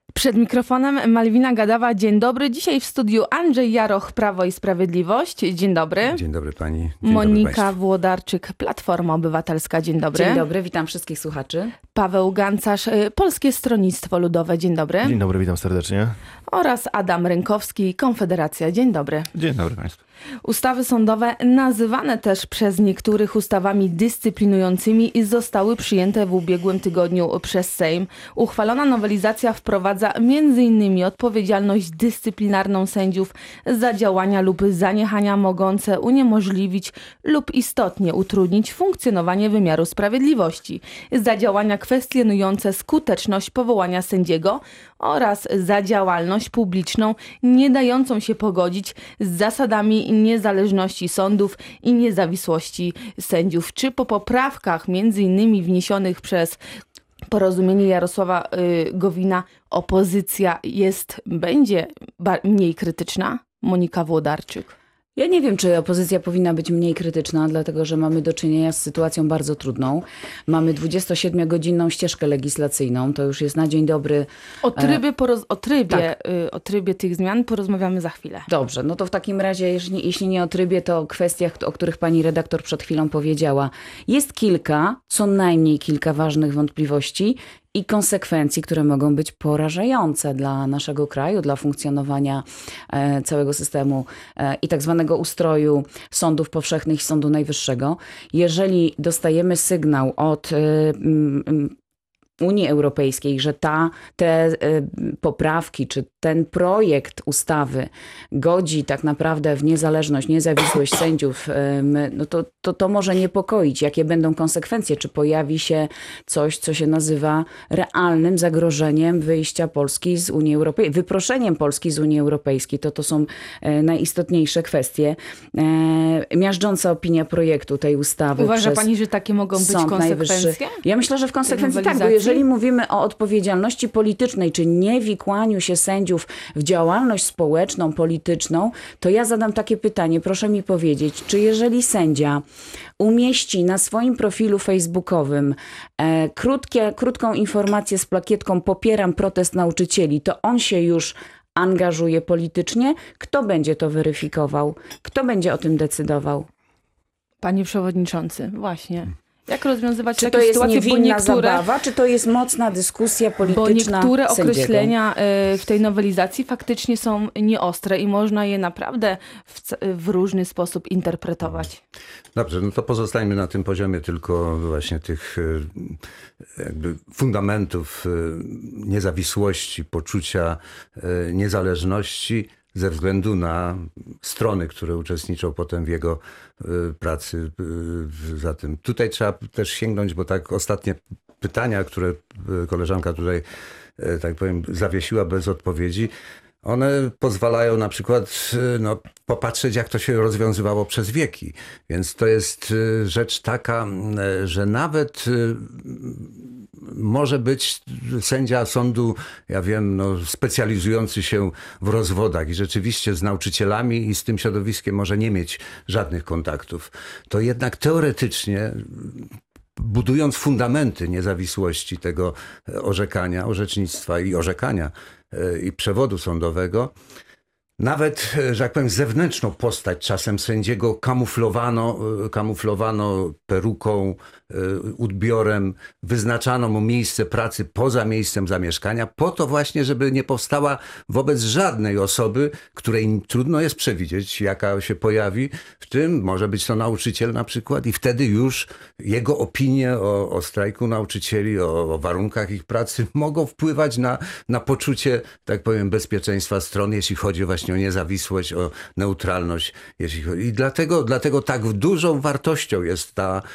Przed mikrofonem Malwina Gadawa. Dzień dobry. Dzisiaj w studiu Andrzej Jaroch, Prawo i Sprawiedliwość. Dzień dobry. Dzień dobry pani. Dzień Monika dobry Włodarczyk, Platforma Obywatelska. Dzień dobry. Dzień dobry, witam wszystkich słuchaczy. Paweł Gancarz, Polskie Stronnictwo Ludowe. Dzień dobry. Dzień dobry, witam serdecznie. Oraz Adam Rynkowski, Konfederacja. Dzień dobry. Dzień dobry państwu. Ustawy sądowe, nazywane też przez niektórych ustawami dyscyplinującymi, zostały przyjęte w ubiegłym tygodniu przez Sejm. Uchwalona nowelizacja wprowadza m.in. odpowiedzialność dyscyplinarną sędziów za działania lub zaniechania mogące uniemożliwić lub istotnie utrudnić funkcjonowanie wymiaru sprawiedliwości, za działania kwestionujące skuteczność powołania sędziego oraz za działalność publiczną nie dającą się pogodzić z zasadami niezależności sądów i niezawisłości sędziów. Czy po poprawkach między innymi wniesionych przez Porozumienie Jarosława Gowina opozycja będzie mniej krytyczna? Monika Włodarczyk. Ja nie wiem, czy opozycja powinna być mniej krytyczna, dlatego że mamy do czynienia z sytuacją bardzo trudną. Mamy 27-godzinną ścieżkę legislacyjną, to już jest na dzień dobry. O trybie tych zmian porozmawiamy za chwilę. Dobrze, no to w takim razie, jeśli nie o trybie, to o kwestiach, o których pani redaktor przed chwilą powiedziała. Jest co najmniej kilka ważnych wątpliwości i konsekwencji, które mogą być porażające dla naszego kraju, dla funkcjonowania całego systemu i tak zwanego ustroju sądów powszechnych i Sądu Najwyższego. Jeżeli dostajemy sygnał od Unii Europejskiej, że te poprawki, czy ten projekt ustawy godzi tak naprawdę w niezależność, niezawisłość sędziów, no to może niepokoić. Jakie będą konsekwencje? Czy pojawi się coś, co się nazywa realnym zagrożeniem wyjścia Polski z Unii Europejskiej, wyproszeniem Polski z Unii Europejskiej? To są najistotniejsze kwestie. Miażdżąca opinia projektu tej ustawy. Uważa pani, że takie mogą być konsekwencje? Ja myślę, że w konsekwencji tak, bo jeżeli mówimy o odpowiedzialności politycznej, czy niewikłaniu się sędziów w działalność społeczną, polityczną, to ja zadam takie pytanie. Proszę mi powiedzieć, czy jeżeli sędzia umieści na swoim profilu facebookowym krótką informację z plakietką "Popieram protest nauczycieli", to on się już angażuje politycznie? Kto będzie to weryfikował? Kto będzie o tym decydował? Panie przewodniczący, właśnie. Jak rozwiązywać takie sytuacje? Czy to jest niewinna zabawa, czy to jest mocna dyskusja polityczna Bo niektóre sędziego? określenia w tej nowelizacji faktycznie są nieostre i można je naprawdę w różny sposób interpretować. Dobrze, no to pozostańmy na tym poziomie tylko właśnie tych jakby fundamentów niezawisłości, poczucia niezależności ze względu na strony, które uczestniczą potem w jego pracy. Zatem tutaj trzeba też sięgnąć, bo tak ostatnie pytania, które koleżanka tutaj, tak powiem, zawiesiła bez odpowiedzi, one pozwalają na przykład popatrzeć, jak to się rozwiązywało przez wieki. Więc to jest rzecz taka, że nawet może być sędzia sądu, ja wiem, specjalizujący się w rozwodach i rzeczywiście z nauczycielami i z tym środowiskiem może nie mieć żadnych kontaktów. To jednak teoretycznie, budując fundamenty niezawisłości tego orzecznictwa i orzekania i przewodu sądowego, nawet, że tak powiem, zewnętrzną postać czasem sędziego kamuflowano peruką, ubiorem, wyznaczano mu miejsce pracy poza miejscem zamieszkania, po to właśnie, żeby nie powstała wobec żadnej osoby, której trudno jest przewidzieć, jaka się pojawi, w tym może być to nauczyciel na przykład, i wtedy już jego opinie o strajku nauczycieli, o warunkach ich pracy mogą wpływać na poczucie, tak powiem, bezpieczeństwa stron, jeśli chodzi właśnie o niezawisłość, o neutralność. I dlatego tak dużą wartością jest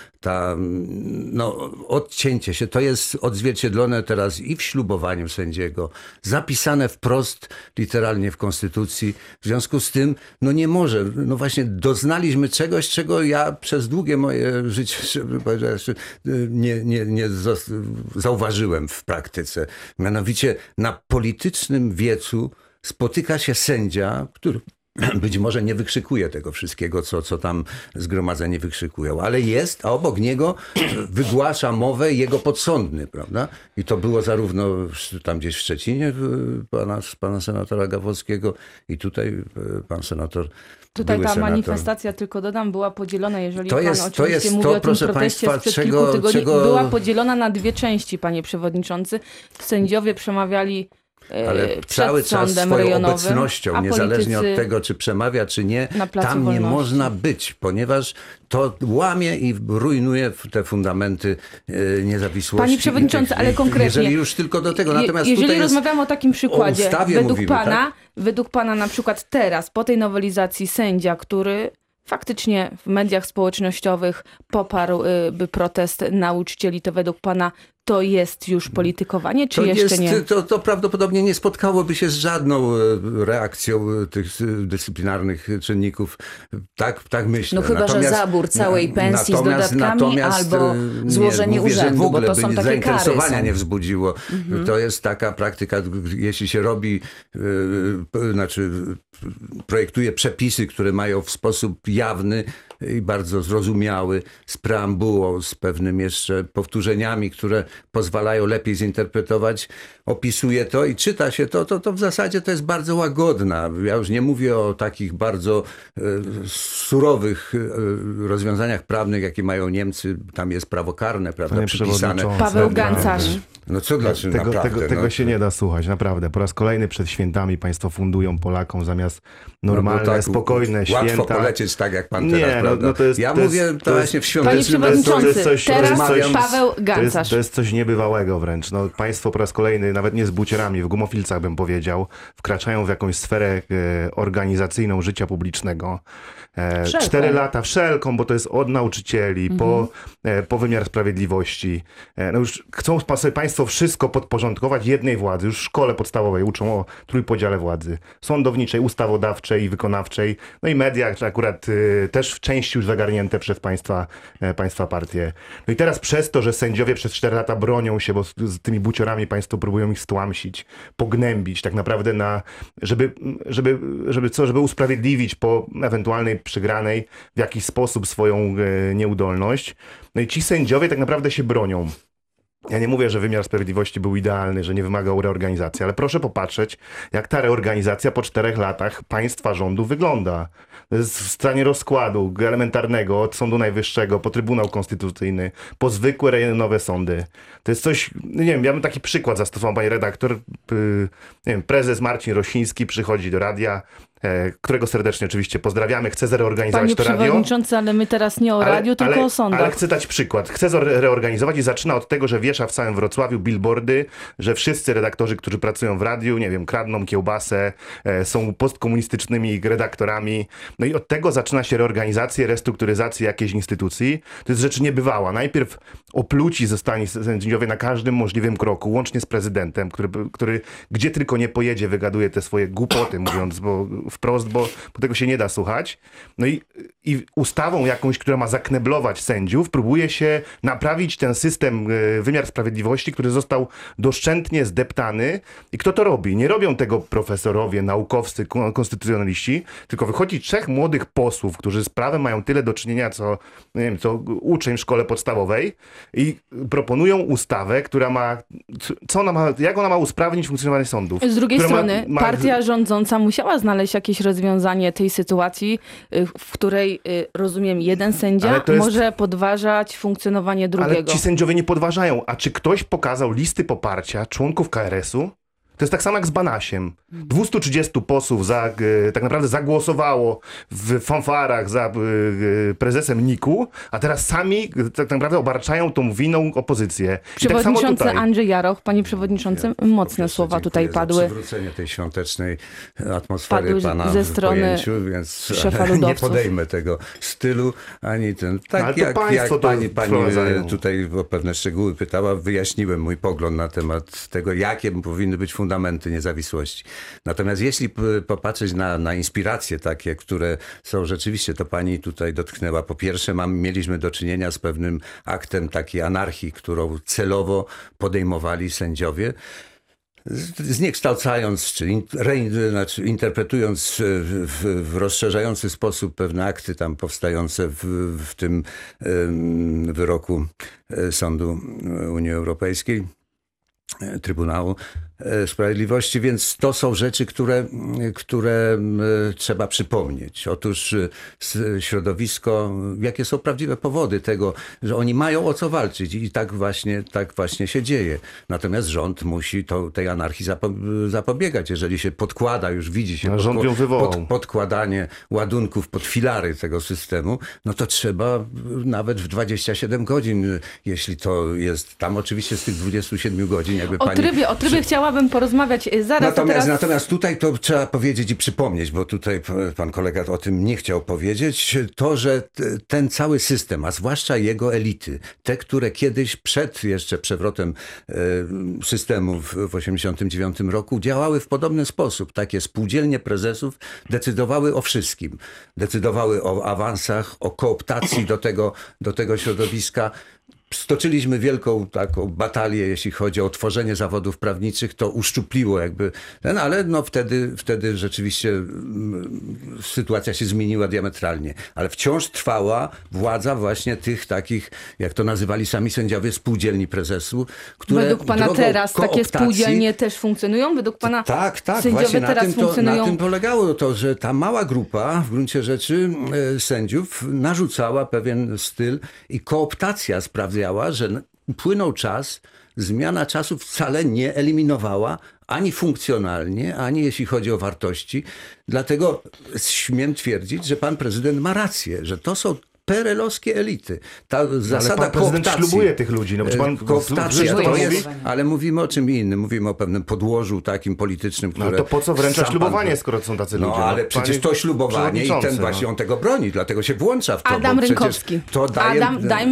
odcięcie się. To jest odzwierciedlone teraz i w ślubowaniu sędziego, zapisane wprost, literalnie w Konstytucji. W związku z tym, nie może. Właśnie doznaliśmy czegoś, czego ja przez długie moje życie, żeby powiedzieć, nie zauważyłem w praktyce. Mianowicie na politycznym wiecu spotyka się sędzia, który być może nie wykrzykuje tego wszystkiego, co tam zgromadzeni wykrzykują, ale jest, a obok niego wygłasza mowę jego podsądny, prawda? I to było zarówno tam gdzieś w Szczecinie pana senatora Gawłowskiego i tutaj pan senator. Tutaj ta senator. manifestacja, tylko dodam, była podzielona, jeżeli To pan jest oczywiście mówi to, o tym proszę proteście państwa, sprzed kilku tygodni, była podzielona na dwie części, panie przewodniczący. Sędziowie przemawiali ale przed cały czas sądem swoją rejonowym, obecnością, a niezależnie od politycy tego, czy przemawia, czy nie, na Placu tam nie Wolności. można być, ponieważ to łamie i rujnuje te fundamenty niezawisłości. Panie przewodniczący, ale konkretnie. Jeżeli już tylko do tego. Natomiast jeżeli tutaj rozmawiamy o takim przykładzie, ustawie mówimy, tak? według pana na przykład teraz, po tej nowelizacji sędzia, który faktycznie w mediach społecznościowych poparł protest nauczycieli, to według pana to jest już politykowanie, czy jeszcze nie? To prawdopodobnie nie spotkałoby się z żadną reakcją tych dyscyplinarnych czynników. Tak myślę. No chyba, że zabór całej pensji z dodatkami albo złożenie urzędu, w ogóle bo to są takie zainteresowania kary. nie wzbudziło. To jest taka praktyka, jeśli się robi, projektuje przepisy, które mają w sposób jawny i bardzo zrozumiały, z preambułą, z pewnym jeszcze powtórzeniami, które pozwalają lepiej zinterpretować, opisuje to i czyta się to w zasadzie to jest bardzo łagodna. Ja już nie mówię o takich bardzo surowych rozwiązaniach prawnych, jakie mają Niemcy. Tam jest prawo karne, prawda, przypisane. Paweł Gancarz. No co dlaczego? Tego się nie da słuchać, naprawdę. Po raz kolejny przed świętami państwo fundują Polakom zamiast normalne, spokojne święta. Łatwo polecieć tak, jak pan teraz, prawda? Ja mówię to właśnie w świątecznym... Panie przewodniczący, teraz Paweł Gancarz. To jest coś niebywałego wręcz. No, państwo po raz kolejny, nawet nie z bucierami, w gumofilcach bym powiedział, wkraczają w jakąś sferę organizacyjną życia publicznego. 4 lata wszelką, bo to jest od nauczycieli po wymiar sprawiedliwości. No już chcą sobie państwo wszystko podporządkować jednej władzy. Już w szkole podstawowej uczą o trójpodziale władzy. Sądowniczej, ustawodawczej i wykonawczej. No i media akurat też w części już zagarnięte przez państwa partie. No i teraz przez to, że sędziowie przez 4 lata bronią się, bo z tymi buciorami państwo próbują ich stłamsić, pognębić tak naprawdę żeby usprawiedliwić po ewentualnej przegranej w jakiś sposób swoją nieudolność. No i ci sędziowie tak naprawdę się bronią. Ja nie mówię, że wymiar sprawiedliwości był idealny, że nie wymagał reorganizacji, ale proszę popatrzeć, jak ta reorganizacja po 4 latach państwa rządu wygląda. To jest w stanie rozkładu elementarnego od Sądu Najwyższego po Trybunał Konstytucyjny, po zwykłe rejonowe sądy. To jest coś, nie wiem, ja bym taki przykład zastosował, pani redaktor. Nie wiem, prezes Marcin Rosiński przychodzi do radia, którego serdecznie oczywiście pozdrawiamy, chce zreorganizować to radio. Panie przewodniczący, ale my teraz nie o radiu, tylko o sądach. Ale chcę dać przykład. Chce reorganizować i zaczyna od tego, że wiesza w całym Wrocławiu billboardy, że wszyscy redaktorzy, którzy pracują w radiu, nie wiem, kradną kiełbasę, są postkomunistycznymi redaktorami. No i od tego zaczyna się reorganizacja, restrukturyzacja jakiejś instytucji. To jest rzecz niebywała. Najpierw opluci zostali sędziowie na każdym możliwym kroku, łącznie z prezydentem, który gdzie tylko nie pojedzie, wygaduje te swoje głupoty, mówiąc wprost, bo tego się nie da słuchać. No i ustawą jakąś, która ma zakneblować sędziów, próbuje się naprawić ten system, wymiar sprawiedliwości, który został doszczętnie zdeptany. I kto to robi? Nie robią tego profesorowie, naukowcy, konstytucjonaliści, tylko wychodzi 3 młodych posłów, którzy z prawem mają tyle do czynienia, co uczeń w szkole podstawowej i proponują ustawę, która ma, jak ona ma usprawnić funkcjonowanie sądów? Z drugiej strony partia rządząca musiała znaleźć jakieś rozwiązanie tej sytuacji, w której, rozumiem, jeden sędzia może podważać funkcjonowanie drugiego. Ale ci sędziowie nie podważają. A czy ktoś pokazał listy poparcia członków KRS-u? To jest tak samo jak z Banasiem. 230 posłów tak naprawdę zagłosowało w fanfarach za prezesem NIK-u, a teraz sami tak naprawdę obarczają tą winą opozycję. Przewodniczący tak Andrzej Jaroch, panie przewodniczący, mocne słowa tutaj padły. Za przywrócenie tej świątecznej atmosfery pana ze strony pojęciu, więc szefa ludowców. nie podejmę tego stylu, ani ten. Tak jak pani tutaj o pewne szczegóły pytała, wyjaśniłem mój pogląd na temat tego, jakie powinny być fundamenty niezawisłości. Natomiast jeśli popatrzeć na inspiracje takie, które są rzeczywiście, to pani tutaj dotknęła. Po pierwsze, mieliśmy do czynienia z pewnym aktem takiej anarchii, którą celowo podejmowali sędziowie. zniekształcając, czy interpretując w rozszerzający sposób pewne akty tam powstające w tym wyroku Sądu Unii Europejskiej, Trybunału Sprawiedliwości, więc to są rzeczy, które trzeba przypomnieć. Otóż środowisko, jakie są prawdziwe powody tego, że oni mają o co walczyć i tak właśnie się dzieje. Natomiast rząd musi tej anarchii zapobiegać. Jeżeli się podkłada, już widzi się rząd ją wywołał. podkładanie ładunków pod filary tego systemu, no to trzeba nawet w 27 godzin, jeśli to jest tam oczywiście z tych 27 godzin, jakby O trybie chciałabym porozmawiać zaraz. Natomiast tutaj to trzeba powiedzieć i przypomnieć, bo tutaj pan kolega o tym nie chciał powiedzieć, to, że ten cały system, a zwłaszcza jego elity, te, które kiedyś jeszcze przewrotem systemu w 1989 roku działały w podobny sposób. Takie spółdzielnie prezesów decydowały o wszystkim. Decydowały o awansach, o kooptacji do tego środowiska. Stoczyliśmy wielką taką batalię, jeśli chodzi o tworzenie zawodów prawniczych, to uszczupliło jakby ale no wtedy rzeczywiście sytuacja się zmieniła diametralnie. Ale wciąż trwała władza właśnie tych takich, jak to nazywali sami sędziowie, spółdzielni prezesu, które według pana teraz takie spółdzielnie też funkcjonują? Według pana tak, sędziowie właśnie teraz funkcjonują? na tym polegało to, że ta mała grupa w gruncie rzeczy sędziów narzucała pewien styl i kooptacja sprawdzała, że płynął czas, zmiana czasu wcale nie eliminowała ani funkcjonalnie, ani jeśli chodzi o wartości. Dlatego śmiem twierdzić, że pan prezydent ma rację, że to są perelowskie elity. Ta zasada pan prezydent kooptacji. ślubuje tych ludzi. No, Kooptacja to to jest, mówi... ale mówimy o czym innym. Mówimy o pewnym podłożu takim politycznym, które... No to po co wręcza sam ślubowanie, pan... skoro są tacy ludzie? No ale przecież to ślubowanie i ten właśnie on tego broni, dlatego się włącza w to. Adam Rynkowski. To daje...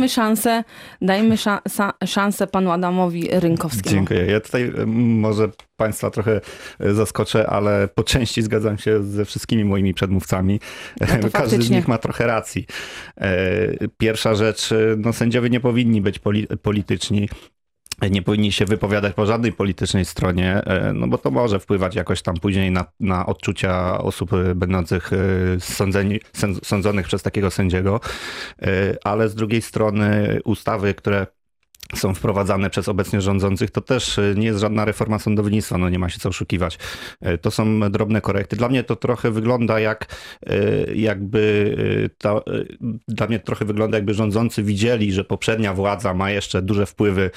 Dajmy szansę panu Adamowi Rynkowskiemu. Dziękuję. Ja tutaj może państwa trochę zaskoczę, ale po części zgadzam się ze wszystkimi moimi przedmówcami. Każdy z nich ma trochę racji. Pierwsza rzecz, no sędziowie nie powinni być polityczni. Nie powinni się wypowiadać po żadnej politycznej stronie, no bo to może wpływać jakoś tam później na odczucia osób będących sądzonych przez takiego sędziego. Ale z drugiej strony ustawy, które są wprowadzane przez obecnie rządzących, to też nie jest żadna reforma sądownictwa, no nie ma się co oszukiwać. To są drobne korekty. Dla mnie to trochę wygląda dla mnie trochę wygląda jakby rządzący widzieli, że poprzednia władza ma jeszcze duże wpływy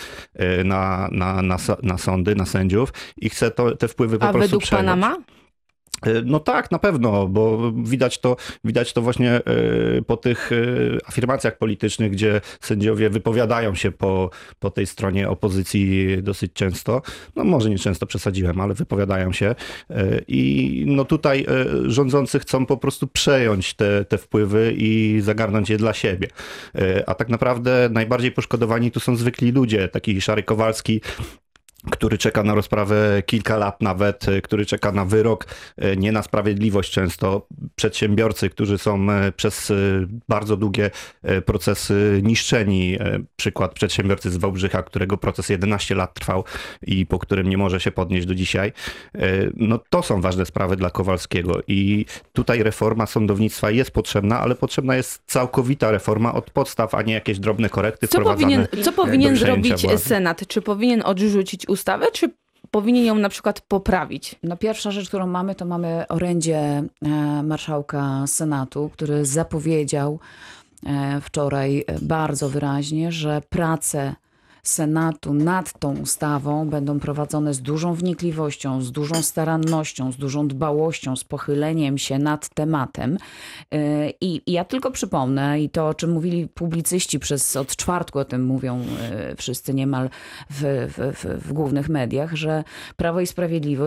na sądy, na sędziów i chce te wpływy po prostu według przejąć. pana ma? No tak, na pewno, bo widać to właśnie po tych afirmacjach politycznych, gdzie sędziowie wypowiadają się po tej stronie opozycji dosyć często. No może nie często przesadziłem, ale wypowiadają się. I no tutaj rządzący chcą po prostu przejąć te wpływy i zagarnąć je dla siebie. A tak naprawdę najbardziej poszkodowani tu są zwykli ludzie. Taki Szary Kowalski, który czeka na rozprawę kilka lat nawet, który czeka na wyrok, nie na sprawiedliwość często. Przedsiębiorcy, którzy są przez bardzo długie procesy niszczeni. Przykład przedsiębiorcy z Wałbrzycha, którego proces 11 lat trwał i po którym nie może się podnieść do dzisiaj. No to są ważne sprawy dla Kowalskiego i tutaj reforma sądownictwa jest potrzebna, ale potrzebna jest całkowita reforma od podstaw, a nie jakieś drobne korekty wprowadzane. Co powinien do przejęcia zrobić władzy. Senat? Czy powinien odrzucić ustawę, czy powinien ją na przykład poprawić? No pierwsza rzecz, którą mamy, to mamy orędzie marszałka Senatu, który zapowiedział wczoraj bardzo wyraźnie, że prace Senatu nad tą ustawą będą prowadzone z dużą wnikliwością, z dużą starannością, z dużą dbałością, z pochyleniem się nad tematem. I ja tylko przypomnę, i to o czym mówili publicyści od czwartku, o tym mówią wszyscy niemal w głównych mediach, że Prawo i Sprawiedliwość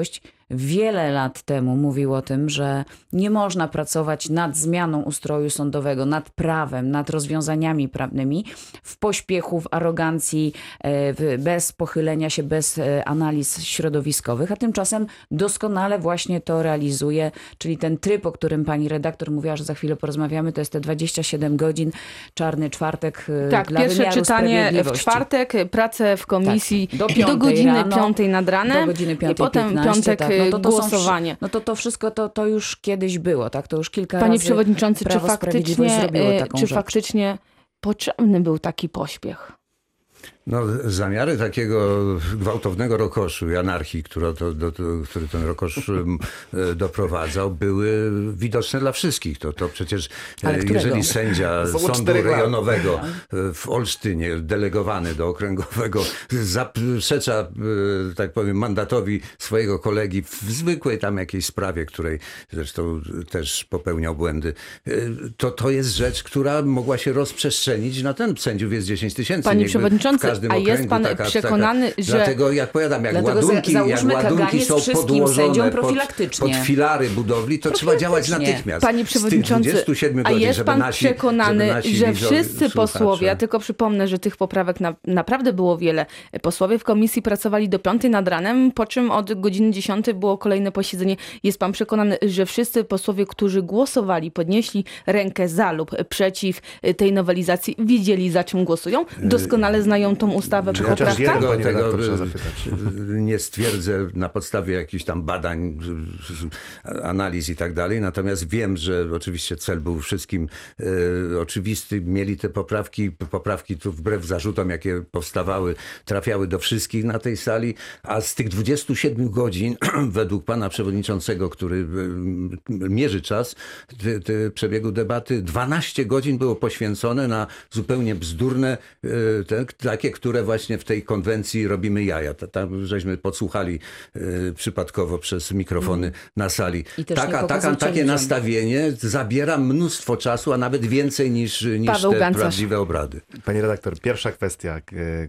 wiele lat temu mówił o tym, że nie można pracować nad zmianą ustroju sądowego, nad prawem, nad rozwiązaniami prawnymi w pośpiechu, w arogancji, bez pochylenia się, bez analiz środowiskowych, a tymczasem doskonale właśnie to realizuje, czyli ten tryb, o którym pani redaktor mówiła, że za chwilę porozmawiamy, to jest te 27 godzin, czarny czwartek Tak, dla pierwsze wymiaru czytanie w sprawiedliwości. czwartek, pracę w komisji Tak, do do 5 godziny rano, 5 nad ranem do godziny i potem 5:15, piątek tak. No to są głosowanie. No to wszystko to już kiedyś było, tak? To już kilka Panie razy Przewodniczący, czy Prawo i Sprawiedliwość zrobiło taką rzecz. faktycznie potrzebny był taki pośpiech? No, zamiary takiego gwałtownego rokoszu i anarchii, który ten rokosz doprowadzał, były widoczne dla wszystkich. To przecież, Ale którego? jeżeli sędzia Było sądu 4 lata. rejonowego w Olsztynie, delegowany do okręgowego, zaprzecza, tak powiem, mandatowi swojego kolegi w zwykłej tam jakiejś sprawie, której zresztą też popełniał błędy, to jest rzecz, która mogła się rozprzestrzenić na ten sędziów jest 10 000. Panie Niechby Przewodniczący, w każdym a jest okręgu pan przekonany, że... Dlatego jak powiadam, jak Dlatego ładunki załóżmy są wszystkim podłożone sędziom pod profilaktycznie. filary budowli, to trzeba działać natychmiast. Panie Przewodniczący, z tych 27 a godzin, jest żeby pan nasi, przekonany, żeby nasi że widzowie, wszyscy posłowie, słuchacze- ja tylko przypomnę, że tych poprawek naprawdę było wiele. Posłowie w komisji pracowali do 5 nad ranem, po czym od godziny 10 było kolejne posiedzenie. Jest pan przekonany, że wszyscy posłowie, którzy głosowali, podnieśli rękę za lub przeciw tej nowelizacji, wiedzieli, za czym głosują? Doskonale znają tą ustawę po Chociaż poprawkach? jeden, pani Tego redaktor, trzeba zapytać. nie stwierdzę na podstawie jakichś tam badań, analiz i tak dalej. Natomiast wiem, że oczywiście cel był wszystkim oczywisty. Mieli te poprawki tu wbrew zarzutom, jakie powstawały, trafiały do wszystkich na tej sali. A z tych 27 godzin, według pana przewodniczącego, który mierzy czas przebiegu debaty, 12 godzin było poświęcone na zupełnie bzdurne, takie, które właśnie w tej konwencji robimy jaja. Tam żeśmy podsłuchali przypadkowo przez mikrofony na sali. I też nie pokazujcie Takie ludziom. nastawienie zabiera mnóstwo czasu, a nawet więcej niż Paweł te Gancarz. prawdziwe obrady. Pani redaktor, pierwsza kwestia.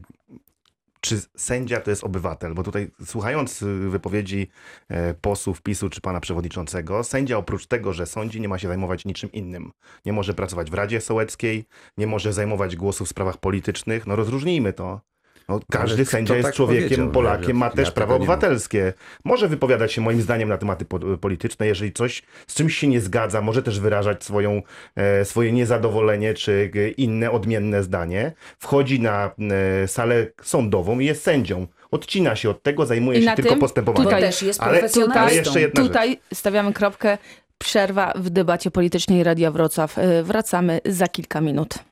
Czy sędzia to jest obywatel? Bo tutaj słuchając wypowiedzi posłów PiS-u czy pana przewodniczącego, sędzia oprócz tego, że sądzi, nie ma się zajmować niczym innym. Nie może pracować w Radzie Sołeckiej, nie może zajmować głosu w sprawach politycznych. No rozróżnijmy to. No, każdy kto sędzia jest tak człowiekiem, powiedział? Polakiem, ma Ja też tego prawa nie mam. obywatelskie. Może wypowiadać się moim zdaniem na tematy polityczne, jeżeli coś z czymś się nie zgadza, może też wyrażać swoje niezadowolenie czy inne odmienne zdanie. Wchodzi na salę sądową i jest sędzią. Odcina się od tego, zajmuje I się na tylko tym postępowaniem. Bo Tutaj- też jest ale profesjonalistą. jeszcze jedna rzecz. Tutaj stawiamy kropkę. Przerwa w debacie politycznej Radia Wrocław. Wracamy za kilka minut.